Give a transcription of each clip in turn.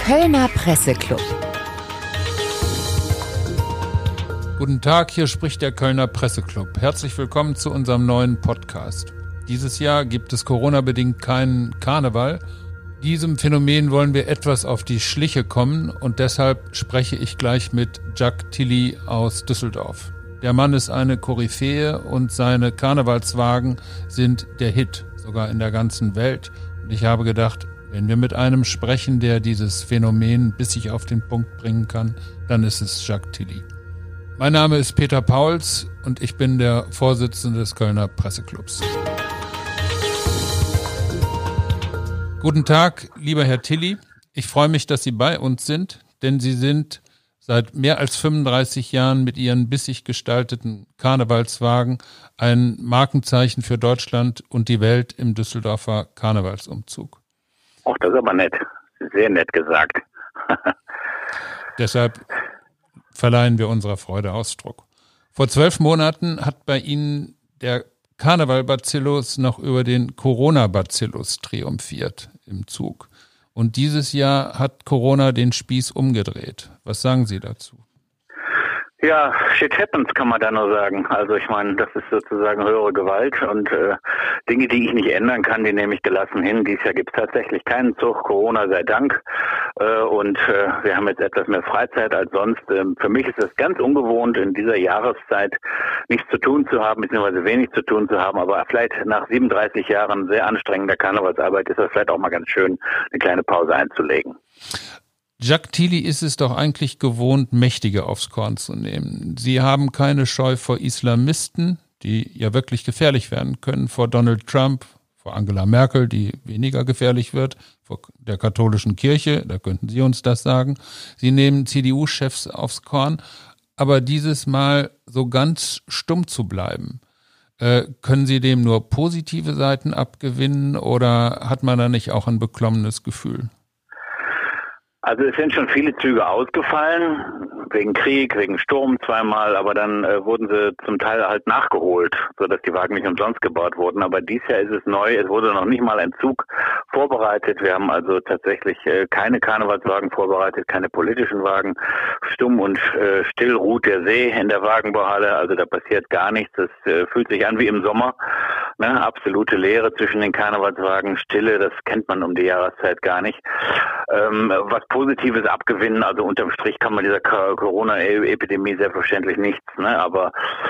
Kölner Presseclub. Guten Tag, hier spricht der Kölner Presseclub. Herzlich willkommen zu unserem neuen Podcast. Dieses Jahr gibt es Corona-bedingt keinen Karneval. Diesem Phänomen wollen wir etwas auf die Schliche kommen und deshalb spreche ich gleich mit Jacques Tilly aus Düsseldorf. Der Mann ist eine Koryphäe und seine Karnevalswagen sind der Hit, sogar in der ganzen Welt. Und ich habe gedacht, wenn wir mit einem sprechen, der dieses Phänomen bissig auf den Punkt bringen kann, dann ist es Jacques Tilly. Mein Name ist Peter Pauls und ich bin der Vorsitzende des Kölner Presseclubs. Guten Tag, lieber Herr Tilly. Ich freue mich, dass Sie bei uns sind, denn Sie sind seit mehr als 35 Jahren mit Ihren bissig gestalteten Karnevalswagen ein Markenzeichen für Deutschland und die Welt im Düsseldorfer Karnevalsumzug. Ach, das ist aber nett. Sehr nett gesagt. Deshalb verleihen wir unserer Freude Ausdruck. Vor 12 Monaten hat bei Ihnen der Karneval-Bacillus noch über den Corona-Bacillus triumphiert im Zug. Und dieses Jahr hat Corona den Spieß umgedreht. Was sagen Sie dazu? Ja, shit happens, kann man da nur sagen. Also ich meine, das ist sozusagen höhere Gewalt und Dinge, die ich nicht ändern kann, die nehme ich gelassen hin. Dieses Jahr gibt es tatsächlich keinen Zug, Corona sei Dank. Und wir haben jetzt etwas mehr Freizeit als sonst. Für mich ist es ganz ungewohnt, in dieser Jahreszeit nichts zu tun zu haben, beziehungsweise wenig zu tun zu haben. Aber vielleicht nach 37 Jahren sehr anstrengender Karnevalsarbeit ist es vielleicht auch mal ganz schön, eine kleine Pause einzulegen. Jacques Tilly ist es doch eigentlich gewohnt, Mächtige aufs Korn zu nehmen. Sie haben keine Scheu vor Islamisten, die ja wirklich gefährlich werden können, vor Donald Trump, vor Angela Merkel, die weniger gefährlich wird, vor der katholischen Kirche, da könnten Sie uns das sagen. Sie nehmen CDU-Chefs aufs Korn, aber dieses Mal so ganz stumm zu bleiben. Können Sie dem nur positive Seiten abgewinnen oder hat man da nicht auch ein beklommenes Gefühl? Also es sind schon viele Züge ausgefallen, wegen Krieg, wegen Sturm zweimal, aber dann wurden sie zum Teil halt nachgeholt, sodass die Wagen nicht umsonst gebaut wurden. Aber dieses Jahr ist es neu, es wurde noch nicht mal ein Zug vorbereitet. Wir haben also tatsächlich keine Karnevalswagen vorbereitet, keine politischen Wagen. Stumm und still ruht der See in der Wagenbauhalle, also da passiert gar nichts. Es fühlt sich an wie im Sommer, ne? Absolute Leere zwischen den Karnevalswagen, Stille, das kennt man um die Jahreszeit gar nicht. Was Positives abgewinnen, also unterm Strich kann man dieser Corona-Epidemie selbstverständlich nichts, ne? Aber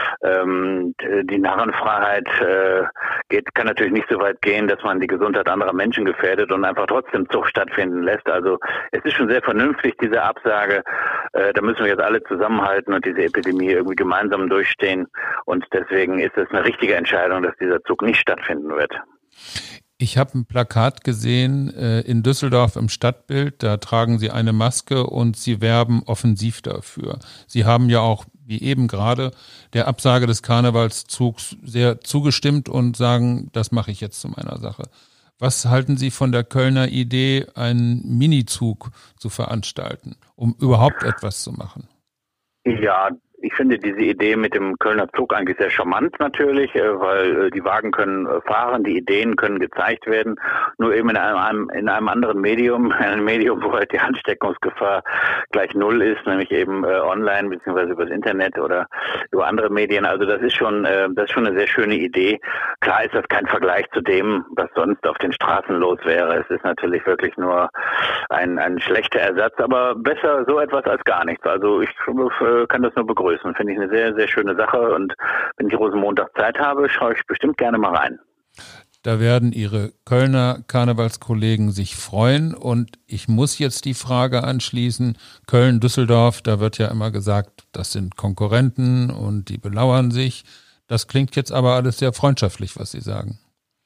die Narrenfreiheit kann natürlich nicht so weit gehen, dass man die Gesundheit anderer Menschen gefährdet und einfach trotzdem Zug stattfinden lässt. Also es ist schon sehr vernünftig, diese Absage. Da müssen wir jetzt alle zusammenhalten und diese Epidemie irgendwie gemeinsam durchstehen. Und deswegen ist es eine richtige Entscheidung, dass dieser Zug nicht stattfinden wird. Ich habe ein Plakat gesehen in Düsseldorf im Stadtbild, da tragen Sie eine Maske und Sie werben offensiv dafür. Sie haben ja auch, wie eben gerade, der Absage des Karnevalszugs sehr zugestimmt und sagen, das mache ich jetzt zu meiner Sache. Was halten Sie von der Kölner Idee, einen Minizug zu veranstalten, um überhaupt etwas zu machen? Ja, ich finde diese Idee mit dem Kölner Zug eigentlich sehr charmant natürlich, weil die Wagen können fahren, die Ideen können gezeigt werden, nur eben in einem anderen Medium, einem Medium, wo halt die Ansteckungsgefahr gleich null ist, nämlich eben online beziehungsweise über das Internet oder über andere Medien. Also das ist schon eine sehr schöne Idee. Klar ist das kein Vergleich zu dem, was sonst auf den Straßen los wäre. Es ist natürlich wirklich nur ein schlechter Ersatz, aber besser so etwas als gar nichts. Also ich kann das nur begrüßen. Finde ich eine sehr, sehr schöne Sache und wenn ich Rosenmontag Zeit habe, schaue ich bestimmt gerne mal rein. Da werden Ihre Kölner Karnevalskollegen sich freuen und ich muss jetzt die Frage anschließen, Köln-Düsseldorf, da wird ja immer gesagt, das sind Konkurrenten und die belauern sich. Das klingt jetzt aber alles sehr freundschaftlich, was Sie sagen.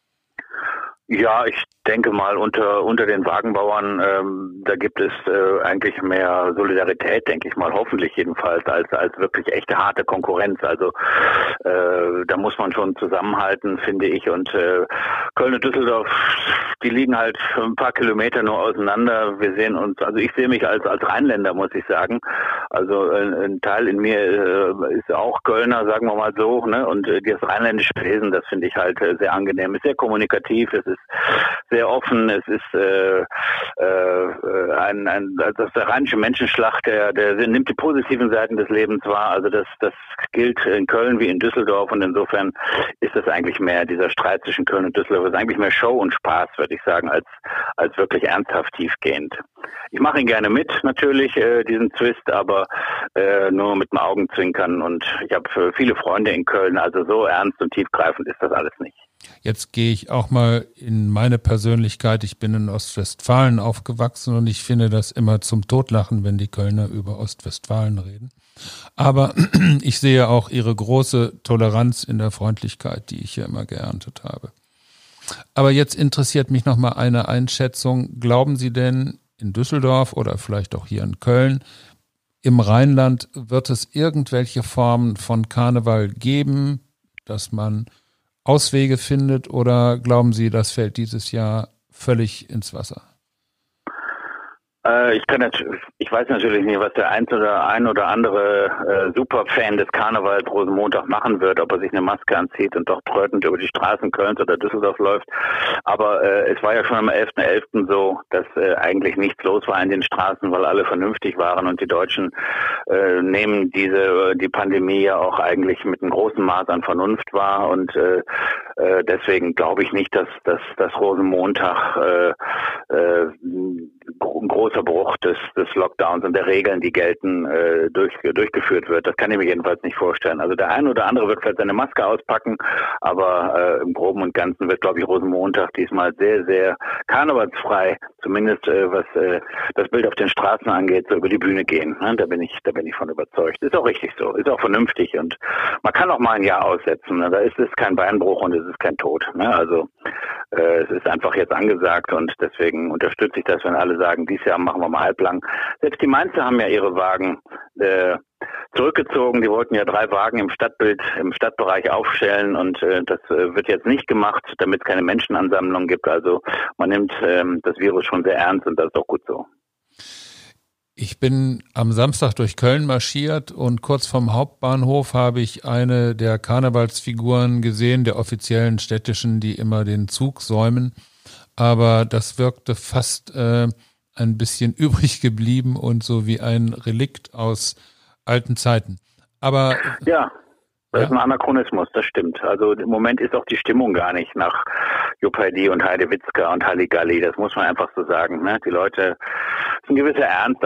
Ja, ich denke mal, unter den Wagenbauern, da gibt es eigentlich mehr Solidarität, denke ich mal, hoffentlich jedenfalls, als wirklich echte harte Konkurrenz. Also da muss man schon zusammenhalten, finde ich. Und Köln und Düsseldorf, die liegen halt ein paar Kilometer nur auseinander. Wir sehen uns, also ich sehe mich als Rheinländer, muss ich sagen. Also ein Teil in mir ist auch Kölner, sagen wir mal so, ne? Und das rheinländische Wesen, das finde ich halt sehr angenehm. Ist sehr kommunikativ, es ist sehr offen. Es ist das der rheinische Menschenschlag, der nimmt die positiven Seiten des Lebens wahr. Also das gilt in Köln wie in Düsseldorf, und insofern ist das eigentlich mehr, dieser Streit zwischen Köln und Düsseldorf ist eigentlich mehr Show und Spaß, würde ich sagen, als wirklich ernsthaft tiefgehend. Ich mache ihn gerne mit, natürlich, diesen Twist, aber nur mit dem Augenzwinkern, und ich habe viele Freunde in Köln, also so ernst und tiefgreifend ist das alles nicht. Jetzt gehe ich auch mal in meine Persönlichkeit. Ich bin in Ostwestfalen aufgewachsen und ich finde das immer zum Totlachen, wenn die Kölner über Ostwestfalen reden. Aber ich sehe auch ihre große Toleranz in der Freundlichkeit, die ich hier immer geerntet habe. Aber jetzt interessiert mich noch mal eine Einschätzung. Glauben Sie denn, in Düsseldorf oder vielleicht auch hier in Köln, im Rheinland wird es irgendwelche Formen von Karneval geben, dass man Auswege findet, oder glauben Sie, das fällt dieses Jahr völlig ins Wasser? Ich weiß natürlich nicht, was der ein oder andere Superfan des Karnevals Rosenmontag machen wird, ob er sich eine Maske anzieht und doch trötend über die Straßen Kölns oder Düsseldorf läuft. Aber es war ja schon am 11.11. so, dass eigentlich nichts los war in den Straßen, weil alle vernünftig waren, und die Deutschen nehmen die Pandemie ja auch eigentlich mit einem großen Maß an Vernunft wahr, und deswegen glaube ich nicht, dass Rosenmontag ein großer Bruch des Lockdowns und der Regeln, die gelten, durchgeführt wird. Das kann ich mir jedenfalls nicht vorstellen. Also der eine oder andere wird vielleicht seine Maske auspacken, aber im Groben und Ganzen wird, glaube ich, Rosenmontag diesmal sehr, sehr karnevalsfrei, zumindest was das Bild auf den Straßen angeht, so über die Bühne gehen. Ne? Da bin ich von überzeugt. Ist auch richtig so, ist auch vernünftig, und man kann auch mal ein Jahr aussetzen. Ne? Da ist es kein Beinbruch und es ist kein Tod. Ne? Also es ist einfach jetzt angesagt, und deswegen unterstütze ich das, wenn alle sagen, dieses Jahr machen wir mal halblang. Selbst die Mainzer haben ja ihre Wagen zurückgezogen. Die wollten ja 3 Wagen im Stadtbereich aufstellen, und das wird jetzt nicht gemacht, damit es keine Menschenansammlung gibt. Also man nimmt das Virus schon sehr ernst, und das ist auch gut so. Ich bin am Samstag durch Köln marschiert, und kurz vorm Hauptbahnhof habe ich eine der Karnevalsfiguren gesehen, der offiziellen städtischen, die immer den Zug säumen. Aber das wirkte fast ein bisschen übrig geblieben und so wie ein Relikt aus alten Zeiten. Aber ja. Das ist ein Anachronismus, das stimmt. Also im Moment ist auch die Stimmung gar nicht nach Jupp Heidi und Heidewitzka und Halligalli. Das muss man einfach so sagen. Ne? Die Leute, ist ein gewisser Ernst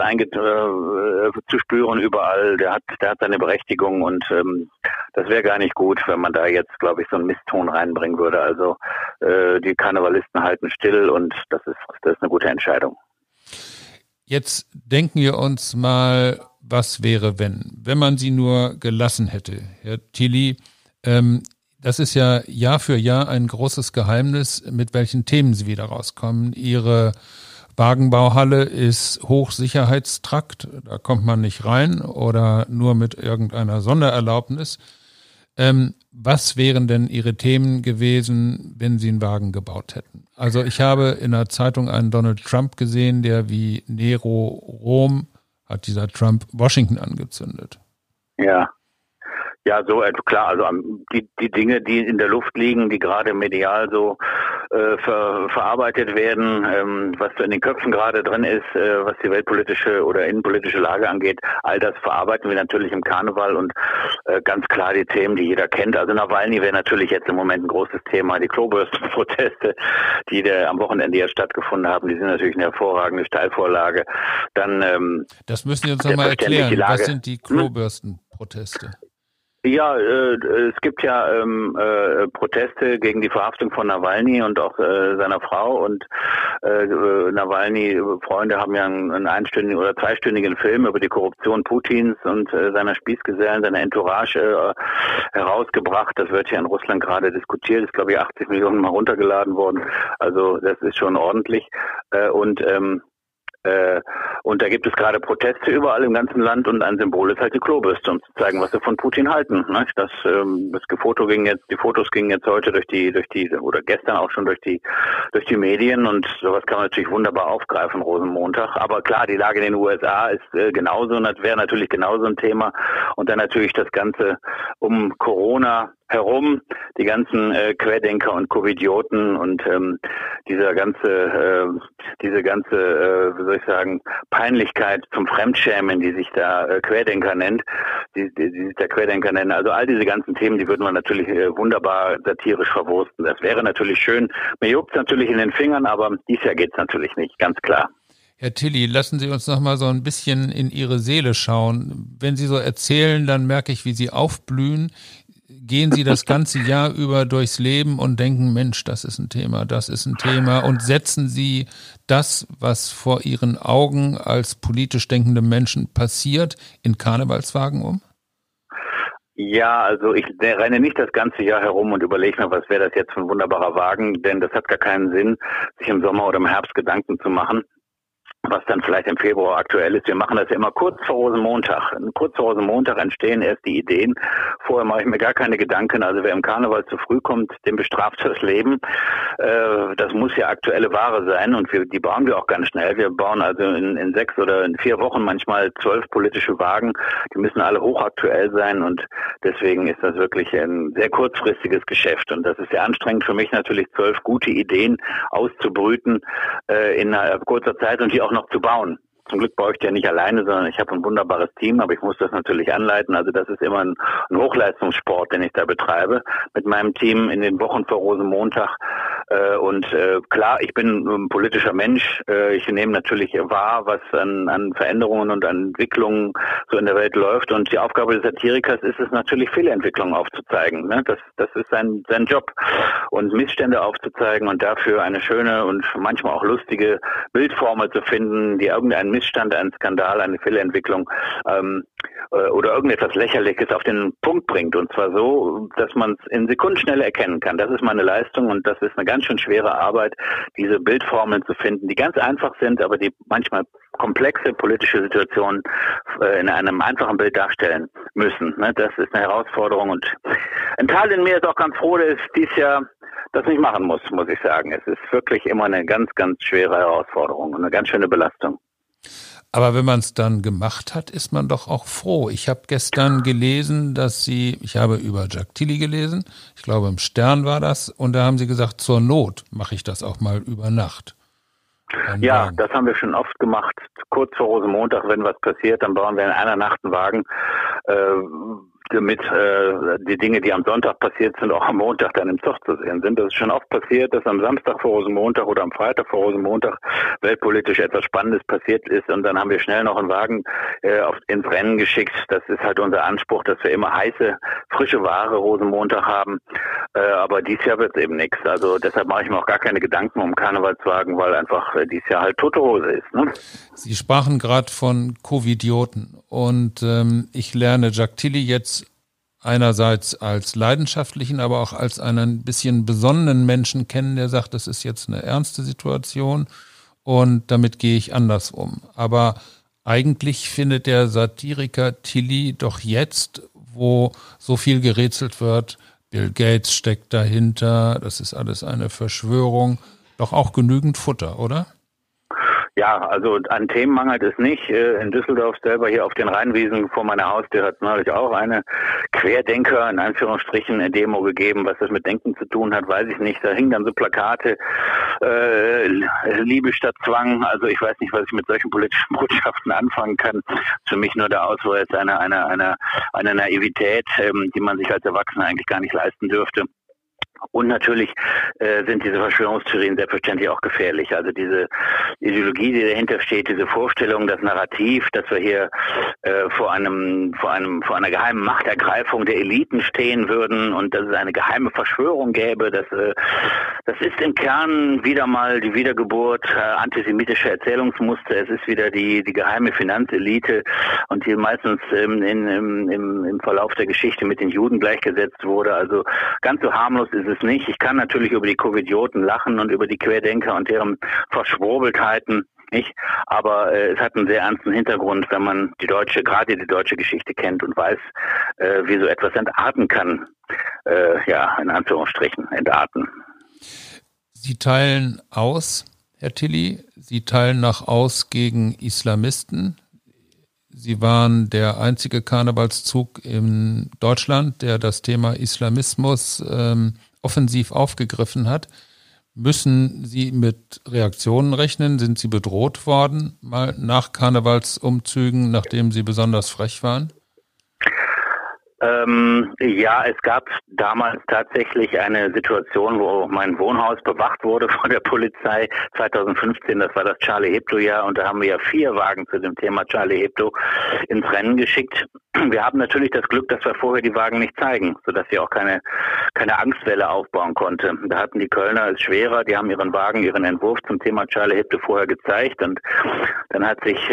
zu spüren überall. Der hat seine Berechtigung, und das wäre gar nicht gut, wenn man da jetzt, glaube ich, so einen Misston reinbringen würde. Also die Karnevalisten halten still, und das ist eine gute Entscheidung. Jetzt denken wir uns mal, was wäre, wenn man sie nur gelassen hätte. Herr Tilly, das ist ja Jahr für Jahr ein großes Geheimnis, mit welchen Themen Sie wieder rauskommen. Ihre Wagenbauhalle ist Hochsicherheitstrakt, da kommt man nicht rein oder nur mit irgendeiner Sondererlaubnis. Was wären denn Ihre Themen gewesen, wenn Sie einen Wagen gebaut hätten? Also ich habe in der Zeitung einen Donald Trump gesehen, der wie Nero Rom hat dieser Trump Washington angezündet. Ja, so klar, also die Dinge, die in der Luft liegen, die gerade medial so verarbeitet werden, was so in den Köpfen gerade drin ist, was die weltpolitische oder innenpolitische Lage angeht, all das verarbeiten wir natürlich im Karneval, und ganz klar die Themen, die jeder kennt. Also Nawalny wäre natürlich jetzt im Moment ein großes Thema. Die Klobürstenproteste, die am Wochenende jetzt stattgefunden haben, die sind natürlich eine hervorragende Steilvorlage. Dann das müssen Sie uns nochmal erklären. Was sind die Klobürstenproteste? Ja, es gibt ja Proteste gegen die Verhaftung von Nawalny und auch seiner Frau, und Nawalny-Freunde haben ja einen einstündigen oder zweistündigen Film über die Korruption Putins und seiner Spießgesellen, seiner Entourage herausgebracht. Das wird ja in Russland gerade diskutiert, ist glaube ich 80 Millionen Mal runtergeladen worden, also das ist schon ordentlich, und da gibt es gerade Proteste überall im ganzen Land, und ein Symbol ist halt die Klobürste, um zu zeigen, was sie von Putin halten. Ne? Die Fotos gingen jetzt heute oder gestern auch schon durch die Medien, und sowas kann man natürlich wunderbar aufgreifen, Rosenmontag. Aber klar, die Lage in den USA ist genauso, und das wäre natürlich genauso ein Thema. Und dann natürlich das Ganze um Corona, herum, die ganzen Querdenker und Covidioten und diese ganze, wie soll ich sagen, Peinlichkeit zum Fremdschämen, die sich da Querdenker nennt, die sich da Querdenker nennen. Also all diese ganzen Themen, die würden wir natürlich wunderbar satirisch verwursten. Das wäre natürlich schön. Mir juckt's natürlich in den Fingern, aber dieses Jahr geht's natürlich nicht, ganz klar. Herr Tilly, lassen Sie uns noch mal so ein bisschen in Ihre Seele schauen. Wenn Sie so erzählen, dann merke ich, wie Sie aufblühen. Gehen Sie das ganze Jahr über durchs Leben und denken, Mensch, das ist ein Thema, und setzen Sie das, was vor Ihren Augen als politisch denkende Menschen passiert, in Karnevalswagen um? Ja, also ich renne nicht das ganze Jahr herum und überlege mir, was wäre das jetzt für ein wunderbarer Wagen, denn das hat gar keinen Sinn, sich im Sommer oder im Herbst Gedanken zu machen, was dann vielleicht im Februar aktuell ist. Wir machen das ja immer kurz vor Rosenmontag. Kurz vor Rosenmontag entstehen erst die Ideen. Vorher mache ich mir gar keine Gedanken. Also wer im Karneval zu früh kommt, dem bestraft das Leben. Das muss ja aktuelle Ware sein und die bauen wir auch ganz schnell. Wir bauen also in 6 oder in 4 Wochen manchmal 12 politische Wagen. Die müssen alle hochaktuell sein und deswegen ist das wirklich ein sehr kurzfristiges Geschäft. Und das ist sehr anstrengend für mich natürlich, 12 gute Ideen auszubrüten in kurzer Zeit und die auch noch zu bauen. Zum Glück baue ich ja nicht alleine, sondern ich habe ein wunderbares Team, aber ich muss das natürlich anleiten. Also das ist immer ein Hochleistungssport, den ich da betreibe mit meinem Team in den Wochen vor Rosenmontag. Und klar, ich bin ein politischer Mensch. Ich nehme natürlich wahr, was an Veränderungen und an Entwicklungen so in der Welt läuft. Und die Aufgabe des Satirikers ist es natürlich, Fehlentwicklungen aufzuzeigen. Ne? Das ist sein Job. Und Missstände aufzuzeigen und dafür eine schöne und manchmal auch lustige Bildformel zu finden, die irgendeinen Missstand, einen Skandal, eine Fehlentwicklung oder irgendetwas Lächerliches auf den Punkt bringt. Und zwar so, dass man es in Sekundenschnelle erkennen kann. Das ist meine Leistung und das ist eine ganz schön schwere Arbeit, diese Bildformeln zu finden, die ganz einfach sind, aber die manchmal komplexe politische Situationen in einem einfachen Bild darstellen müssen. Das ist eine Herausforderung und ein Teil in mir ist auch ganz froh, dass dieses Jahr das nicht machen muss ich sagen. Es ist wirklich immer eine ganz, ganz schwere Herausforderung und eine ganz schöne Belastung. Aber wenn man es dann gemacht hat, ist man doch auch froh. Ich habe gestern gelesen, ich habe über Jacques Tilly gelesen, ich glaube im Stern war das, und da haben Sie gesagt, zur Not mache ich das auch mal über Nacht. Ja, das haben wir schon oft gemacht. Kurz vor Rosenmontag, wenn was passiert, dann bauen wir in einer Nacht einen Wagen, damit die Dinge, die am Sonntag passiert sind, auch am Montag dann im Zug zu sehen sind. Das ist schon oft passiert, dass am Samstag vor Rosenmontag oder am Freitag vor Rosenmontag weltpolitisch etwas Spannendes passiert ist und dann haben wir schnell noch einen Wagen ins Rennen geschickt. Das ist halt unser Anspruch, dass wir immer heiße, frische Ware Rosenmontag haben. Aber dieses Jahr wird es eben nichts. Also deshalb mache ich mir auch gar keine Gedanken um Karnevalswagen, weil einfach dieses Jahr halt tote Hose ist. Ne? Sie sprachen gerade von Covidioten und ich lerne Jacques Tilly jetzt einerseits als leidenschaftlichen, aber auch als einen bisschen besonnenen Menschen kennen, der sagt, das ist jetzt eine ernste Situation und damit gehe ich anders um. Aber eigentlich findet der Satiriker Tilly doch jetzt, wo so viel gerätselt wird, Bill Gates steckt dahinter, das ist alles eine Verschwörung, doch auch genügend Futter, oder? Ja, also an Themen mangelt es nicht. In Düsseldorf selber hier auf den Rheinwiesen vor meiner Haustür hat es neulich auch eine Querdenker, in Anführungsstrichen, eine Demo gegeben. Was das mit Denken zu tun hat, weiß ich nicht. Da hingen dann so Plakate, Liebe statt Zwang. Also ich weiß nicht, was ich mit solchen politischen Botschaften anfangen kann. Für mich nur der Ausweis einer Naivität, die man sich als Erwachsener eigentlich gar nicht leisten dürfte. Und natürlich sind diese Verschwörungstheorien selbstverständlich auch gefährlich. Also diese Ideologie, die dahinter steht, diese Vorstellung, das Narrativ, dass wir hier vor einer geheimen Machtergreifung der Eliten stehen würden und dass es eine geheime Verschwörung gäbe, das ist im Kern wieder mal die Wiedergeburt antisemitischer Erzählungsmuster. Es ist wieder die geheime Finanzelite und die meistens im Verlauf der Geschichte mit den Juden gleichgesetzt wurde. Also ganz so harmlos ist es nicht. Ich kann natürlich über die Covidioten lachen und über die Querdenker und deren Verschwurbeltheiten, nicht? Aber es hat einen sehr ernsten Hintergrund, wenn man gerade die deutsche Geschichte kennt und weiß, wie so etwas entarten kann. In Anführungsstrichen entarten. Sie teilen aus, Herr Tilly, Sie teilen nach aus gegen Islamisten. Sie waren der einzige Karnevalszug in Deutschland, der das Thema Islamismus offensiv aufgegriffen hat. Müssen Sie mit Reaktionen rechnen? Sind Sie bedroht worden, mal nach Karnevalsumzügen, nachdem Sie besonders frech waren? Ja, es gab damals tatsächlich eine Situation, wo mein Wohnhaus bewacht wurde von der Polizei. 2015, das war das Charlie Hebdo-Jahr, und da haben wir ja 4 Wagen zu dem Thema Charlie Hebdo ins Rennen geschickt. Wir haben natürlich das Glück, dass wir vorher die Wagen nicht zeigen, sodass sie auch keine Angstwelle aufbauen konnte. Da hatten die Kölner es schwerer, die haben ihren Entwurf zum Thema Charlie Hebdo vorher gezeigt, und dann hat sich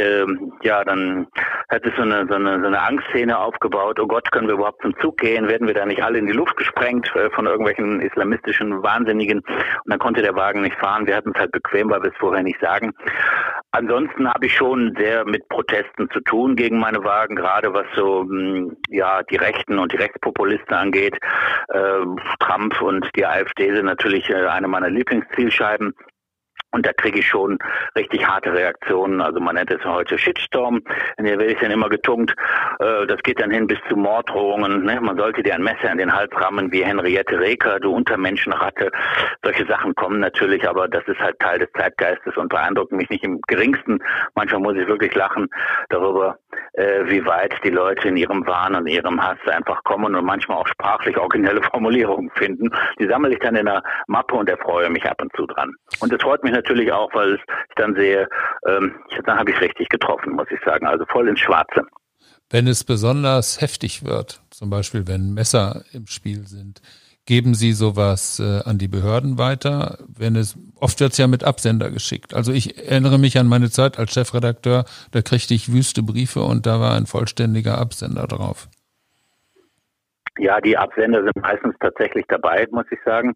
so eine Angstszene aufgebaut. Oh Gott, können wir überhaupt zum Zug gehen? Werden wir da nicht alle in die Luft gesprengt von irgendwelchen islamistischen Wahnsinnigen? Und dann konnte der Wagen nicht fahren. Wir hatten es halt bequem, weil wir es vorher nicht sagen. Ansonsten habe ich schon sehr mit Protesten zu tun gegen meine Wagen, gerade was so die Rechten und die Rechtspopulisten angeht. Trump und die AfD sind natürlich eine meiner Lieblingszielscheiben. Und da kriege ich schon richtig harte Reaktionen. Also man nennt es heute Shitstorm. In der werde ich dann immer getunkt. Das geht dann hin bis zu Morddrohungen. Ne? Man sollte dir ein Messer in den Hals rammen wie Henriette Reker, du Untermenschenratte. Solche Sachen kommen natürlich, aber das ist halt Teil des Zeitgeistes und beeindruckt mich nicht im Geringsten. Manchmal muss ich wirklich lachen darüber, wie weit die Leute in ihrem Wahn und ihrem Hass einfach kommen und manchmal auch sprachlich originelle Formulierungen finden. Die sammle ich dann in einer Mappe und erfreue mich ab und zu dran. Und es freut mich natürlich auch, weil ich dann sehe, dann habe ich richtig getroffen, muss ich sagen, also voll ins Schwarze. Wenn es besonders heftig wird, zum Beispiel wenn Messer im Spiel sind, geben Sie sowas an die Behörden weiter? Oft wird es ja mit Absender geschickt. Also ich erinnere mich an meine Zeit als Chefredakteur, da kriegte ich wüste Briefe und da war ein vollständiger Absender drauf. Ja, die Absender sind meistens tatsächlich dabei, muss ich sagen.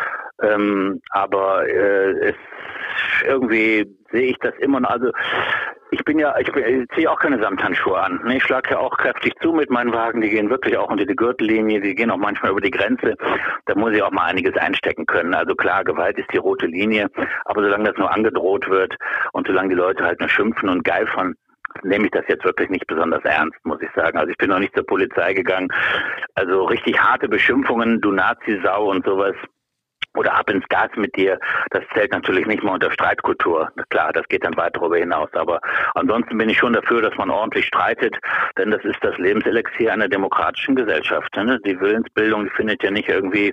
Aber irgendwie sehe ich das immer noch. Also ich ziehe auch keine Samthandschuhe an. Ich schlage ja auch kräftig zu mit meinen Wagen. Die gehen wirklich auch unter die Gürtellinie. Die gehen auch manchmal über die Grenze. Da muss ich auch mal einiges einstecken können. Also klar, Gewalt ist die rote Linie. Aber solange das nur angedroht wird und solange die Leute halt nur schimpfen und geifern, nehme ich das jetzt wirklich nicht besonders ernst, muss ich sagen. Also ich bin noch nicht zur Polizei gegangen. Also richtig harte Beschimpfungen, du Nazi-Sau und sowas, oder ab ins Gas mit dir, das zählt natürlich nicht mal unter Streitkultur. Klar, das geht dann weit darüber hinaus. Aber ansonsten bin ich schon dafür, dass man ordentlich streitet, denn das ist das Lebenselixier einer demokratischen Gesellschaft. Ne? Die Willensbildung, die findet ja nicht irgendwie,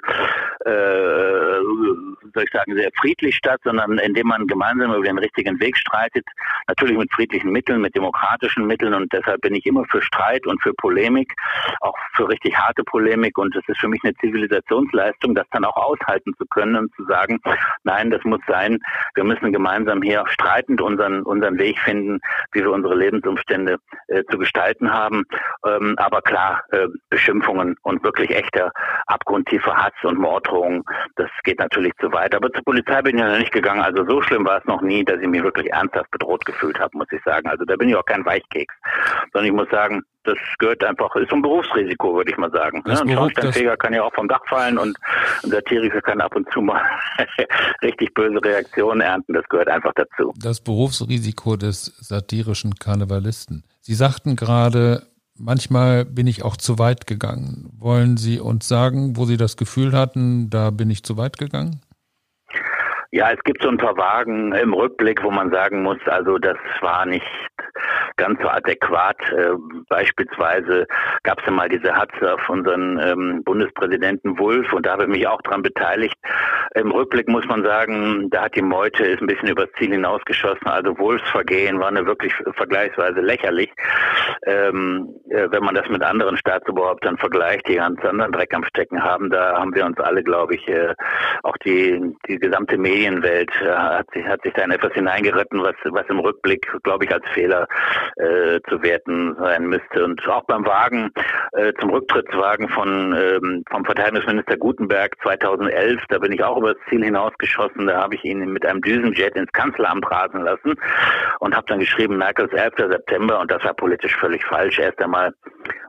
sehr friedlich statt, sondern indem man gemeinsam über den richtigen Weg streitet. Natürlich mit friedlichen Mitteln, mit demokratischen Mitteln, und deshalb bin ich immer für Streit und für Polemik, auch für richtig harte Polemik, und es ist für mich eine Zivilisationsleistung, das dann auch aushalten zu können und zu sagen, nein, das muss sein, wir müssen gemeinsam hier streitend unseren Weg finden, wie wir unsere Lebensumstände zu gestalten haben. Aber klar, Beschimpfungen und wirklich echter abgrundtiefer Hass und Morddrohungen, das geht natürlich zu weit. Aber zur Polizei bin ich ja noch nicht gegangen. Also so schlimm war es noch nie, dass ich mich wirklich ernsthaft bedroht gefühlt habe, muss ich sagen. Also da bin ich auch kein Weichkeks. Sondern ich muss sagen, das gehört einfach, ist so ein Berufsrisiko, würde ich mal sagen. Ein Schornsteinfeger kann ja auch vom Dach fallen, und ein Satiriker kann ab und zu mal richtig böse Reaktionen ernten. Das gehört einfach dazu. Das Berufsrisiko des satirischen Karnevalisten. Sie sagten gerade, manchmal bin ich auch zu weit gegangen. Wollen Sie uns sagen, wo Sie das Gefühl hatten, da bin ich zu weit gegangen? Ja, es gibt so ein paar Wagen im Rückblick, wo man sagen muss, also das war nicht ganz so adäquat. Beispielsweise gab es ja mal diese Hatze auf unseren Bundespräsidenten Wulff, und da habe ich mich auch dran beteiligt. Im Rückblick muss man sagen, da hat die Meute ist ein bisschen übers Ziel hinausgeschossen. Also Wulffs Vergehen war wirklich vergleichsweise lächerlich. Wenn man das mit anderen Staatsoberhäuptern vergleicht, die ganz anderen Dreck am Stecken haben, da haben wir uns alle, glaube ich, auch die gesamte Medienwelt hat sich da in etwas hineingeritten, was im Rückblick, glaube ich, als Fehler zu werten sein müsste. Und auch beim Wagen, zum Rücktrittswagen vom Verteidigungsminister Gutenberg 2011, da bin ich auch über das Ziel hinausgeschossen. Da habe ich ihn mit einem Düsenjet ins Kanzleramt rasen lassen und habe dann geschrieben, Merkels 11. September, und das war politisch völlig falsch. Erst einmal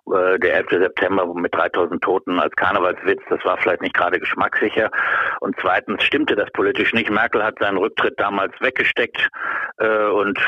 der 11. September mit 3000 Toten als Karnevalswitz, das war vielleicht nicht gerade geschmackssicher. Und zweitens stimmte das politisch nicht. Merkel hat seinen Rücktritt damals weggesteckt und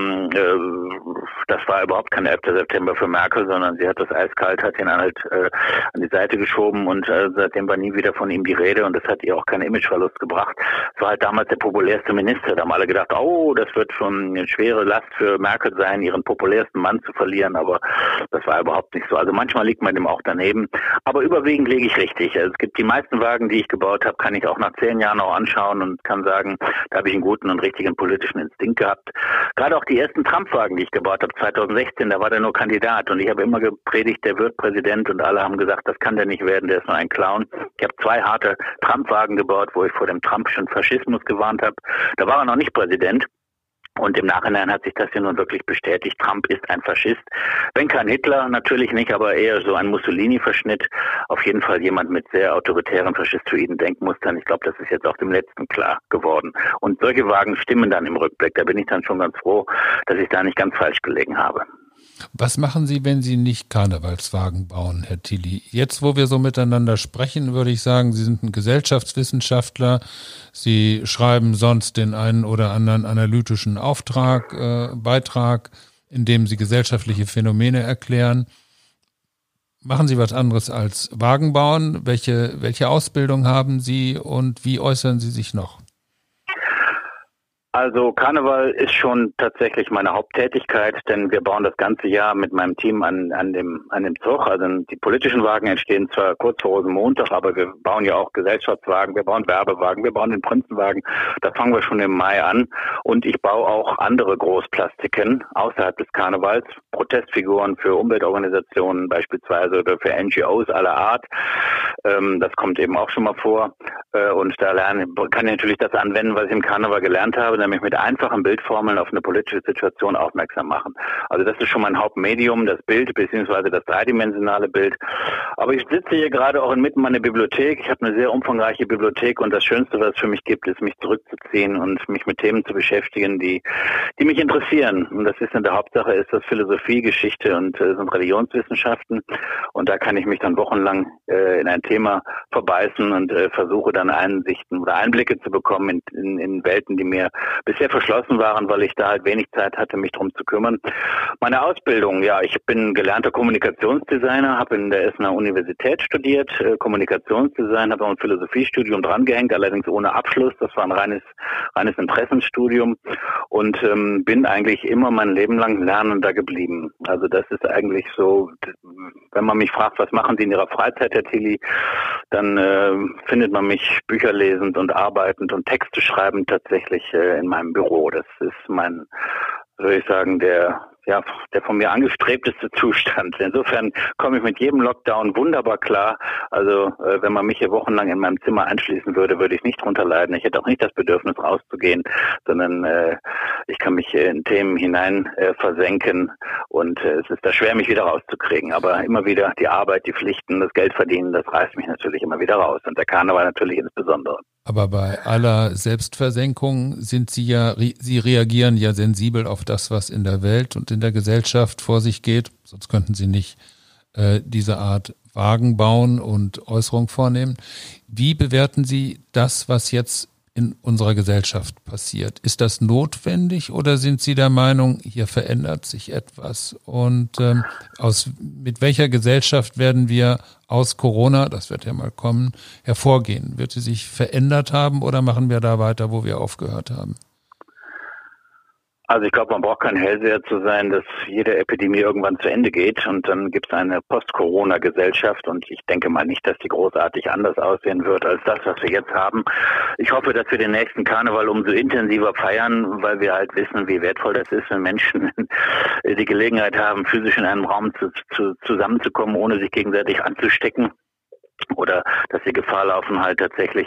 das war überhaupt kein 11. September für Merkel, sondern sie hat das eiskalt, hat ihn halt an die Seite geschoben und seitdem war nie wieder von ihm die Rede und das hat ihr auch keinen Imageverlust gebracht. Es war halt damals der populärste Minister. Da haben alle gedacht, oh, das wird schon eine schwere Last für Merkel sein, ihren populärsten Mann zu verlieren, aber das war überhaupt nicht so. Also manchmal liegt man dem auch daneben, aber überwiegend liege ich richtig. Also es gibt die meisten Wagen, die ich gebaut habe, kann ich auch nach 10 Jahren noch anschauen und kann sagen, da habe ich einen guten und richtigen politischen Instinkt gehabt. Gerade auch die ersten Trump-Wagen, die ich gebaut habe, 2016, da war der nur Kandidat und ich habe immer gepredigt, der wird Präsident und alle haben gesagt, das kann der nicht werden, der ist nur ein Clown. Ich habe 2 harte Trump-Wagen gebaut, wo ich vor dem Trumpschen Faschismus gewarnt habe. Da war er noch nicht Präsident. Und im Nachhinein hat sich das ja nun wirklich bestätigt. Trump ist ein Faschist. Wenn kein Hitler, natürlich nicht, aber eher so ein Mussolini-Verschnitt. Auf jeden Fall jemand mit sehr autoritären, faschistoiden Denkmustern. Ich glaube, das ist jetzt auch dem Letzten klar geworden. Und solche Wagen stimmen dann im Rückblick. Da bin ich dann schon ganz froh, dass ich da nicht ganz falsch gelegen habe. Was machen Sie, wenn Sie nicht Karnevalswagen bauen, Herr Tilly? Jetzt, wo wir so miteinander sprechen, würde ich sagen, Sie sind ein Gesellschaftswissenschaftler. Sie schreiben sonst den einen oder anderen analytischen Beitrag, in dem Sie gesellschaftliche Phänomene erklären. Machen Sie was anderes als Wagen bauen? Welche Ausbildung haben Sie und wie äußern Sie sich noch? Also Karneval ist schon tatsächlich meine Haupttätigkeit, denn wir bauen das ganze Jahr mit meinem Team an dem Zug. Also die politischen Wagen entstehen zwar kurz vor Rosenmontag, aber wir bauen ja auch Gesellschaftswagen, wir bauen Werbewagen, wir bauen den Prinzenwagen. Da fangen wir schon im Mai an. Und ich baue auch andere Großplastiken außerhalb des Karnevals, Protestfiguren für Umweltorganisationen beispielsweise oder für NGOs aller Art. Das kommt eben auch schon mal vor. Und da kann ich natürlich das anwenden, was ich im Karneval gelernt habe, nämlich mit einfachen Bildformeln auf eine politische Situation aufmerksam machen. Also das ist schon mein Hauptmedium, das Bild beziehungsweise das dreidimensionale Bild. Aber ich sitze hier gerade auch inmitten meiner Bibliothek. Ich habe eine sehr umfangreiche Bibliothek und das Schönste, was es für mich gibt, ist, mich zurückzuziehen und mich mit Themen zu beschäftigen, die mich interessieren. Und das ist in der Hauptsache ist das Philosophie, Geschichte und sind Religionswissenschaften. Und da kann ich mich dann wochenlang in ein Thema verbeißen und versuche dann Einsichten oder Einblicke zu bekommen in Welten, die mir bisher verschlossen waren, weil ich da halt wenig Zeit hatte, mich drum zu kümmern. Meine Ausbildung, ja, ich bin gelernter Kommunikationsdesigner, habe in der Essener Universität studiert, Kommunikationsdesign, habe auch ein Philosophiestudium drangehängt, allerdings ohne Abschluss. Das war ein reines Interessenstudium und bin eigentlich immer mein Leben lang lernender geblieben. Also das ist eigentlich so, wenn man mich fragt, was machen Sie in Ihrer Freizeit, Herr Tilly, dann findet man mich Bücher lesend und arbeitend und Texte schreibend tatsächlich in meinem Büro. Das ist mein, würde ich sagen, der von mir angestrebteste Zustand. Insofern komme ich mit jedem Lockdown wunderbar klar. Also wenn man mich hier wochenlang in meinem Zimmer einschließen würde, würde ich nicht drunter leiden. Ich hätte auch nicht das Bedürfnis rauszugehen, sondern ich kann mich in Themen hinein versenken und es ist da schwer, mich wieder rauszukriegen. Aber immer wieder die Arbeit, die Pflichten, das Geld verdienen, das reißt mich natürlich immer wieder raus. Und der Karneval natürlich insbesondere. Aber bei aller Selbstversenkung Sie reagieren ja sensibel auf das, was in der Welt und in der Gesellschaft vor sich geht. Sonst könnten Sie nicht diese Art Wagen bauen und Äußerung vornehmen. Wie bewerten Sie das, was jetzt in unserer Gesellschaft passiert? Ist das notwendig oder sind Sie der Meinung, hier verändert sich etwas? Und mit welcher Gesellschaft werden wir aus Corona, das wird ja mal kommen, hervorgehen? Wird sie sich verändert haben oder machen wir da weiter, wo wir aufgehört haben? Also ich glaube, man braucht kein Hellseher zu sein, dass jede Epidemie irgendwann zu Ende geht und dann gibt es eine Post-Corona-Gesellschaft und ich denke mal nicht, dass die großartig anders aussehen wird als das, was wir jetzt haben. Ich hoffe, dass wir den nächsten Karneval umso intensiver feiern, weil wir halt wissen, wie wertvoll das ist, wenn Menschen die Gelegenheit haben, physisch in einem Raum zusammenzukommen, ohne sich gegenseitig anzustecken. Oder dass sie Gefahr laufen, halt tatsächlich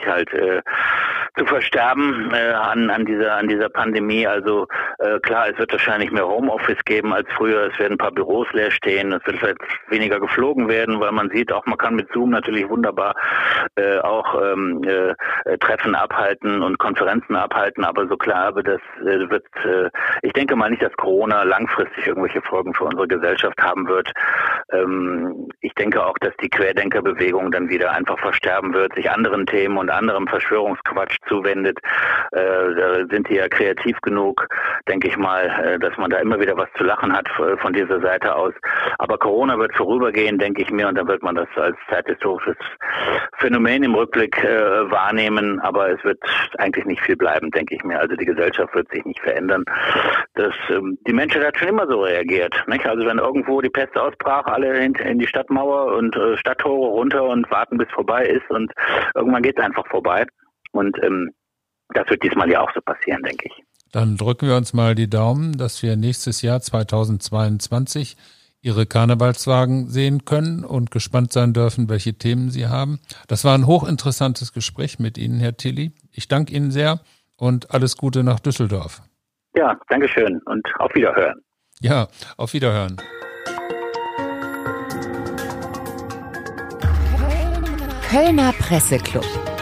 zu versterben an dieser Pandemie. Also klar, es wird wahrscheinlich mehr Homeoffice geben als früher. Es werden ein paar Büros leer stehen. Es wird vielleicht weniger geflogen werden, weil man sieht, auch man kann mit Zoom natürlich wunderbar auch Treffen abhalten und Konferenzen abhalten. Aber so klar, aber das wird, ich denke mal nicht, dass Corona langfristig irgendwelche Folgen für unsere Gesellschaft haben wird. Ich denke auch, dass die Querdenkerbewegung dann wieder einfach versterben wird, sich anderen Themen und anderem Verschwörungsquatsch zuwendet. Da sind die ja kreativ genug, denke ich mal, dass man da immer wieder was zu lachen hat von dieser Seite aus. Aber Corona wird vorübergehen, denke ich mir, und dann wird man das als zeithistorisches Phänomen im Rückblick wahrnehmen. Aber es wird eigentlich nicht viel bleiben, denke ich mir. Also die Gesellschaft wird sich nicht verändern. Die Menschheit hat schon immer so reagiert, nicht? Also wenn irgendwo die Pest ausbrach, alle in die Stadtmauer und Stadttore runter und warten, bis vorbei ist, und irgendwann geht es einfach vorbei. Und das wird diesmal ja auch so passieren, denke ich. Dann drücken wir uns mal die Daumen, dass wir nächstes Jahr 2022 Ihre Karnevalswagen sehen können und gespannt sein dürfen, welche Themen Sie haben. Das war ein hochinteressantes Gespräch mit Ihnen, Herr Tilly. Ich danke Ihnen sehr und alles Gute nach Düsseldorf. Ja, danke schön und auf Wiederhören. Ja, auf Wiederhören. Kölner Presseclub.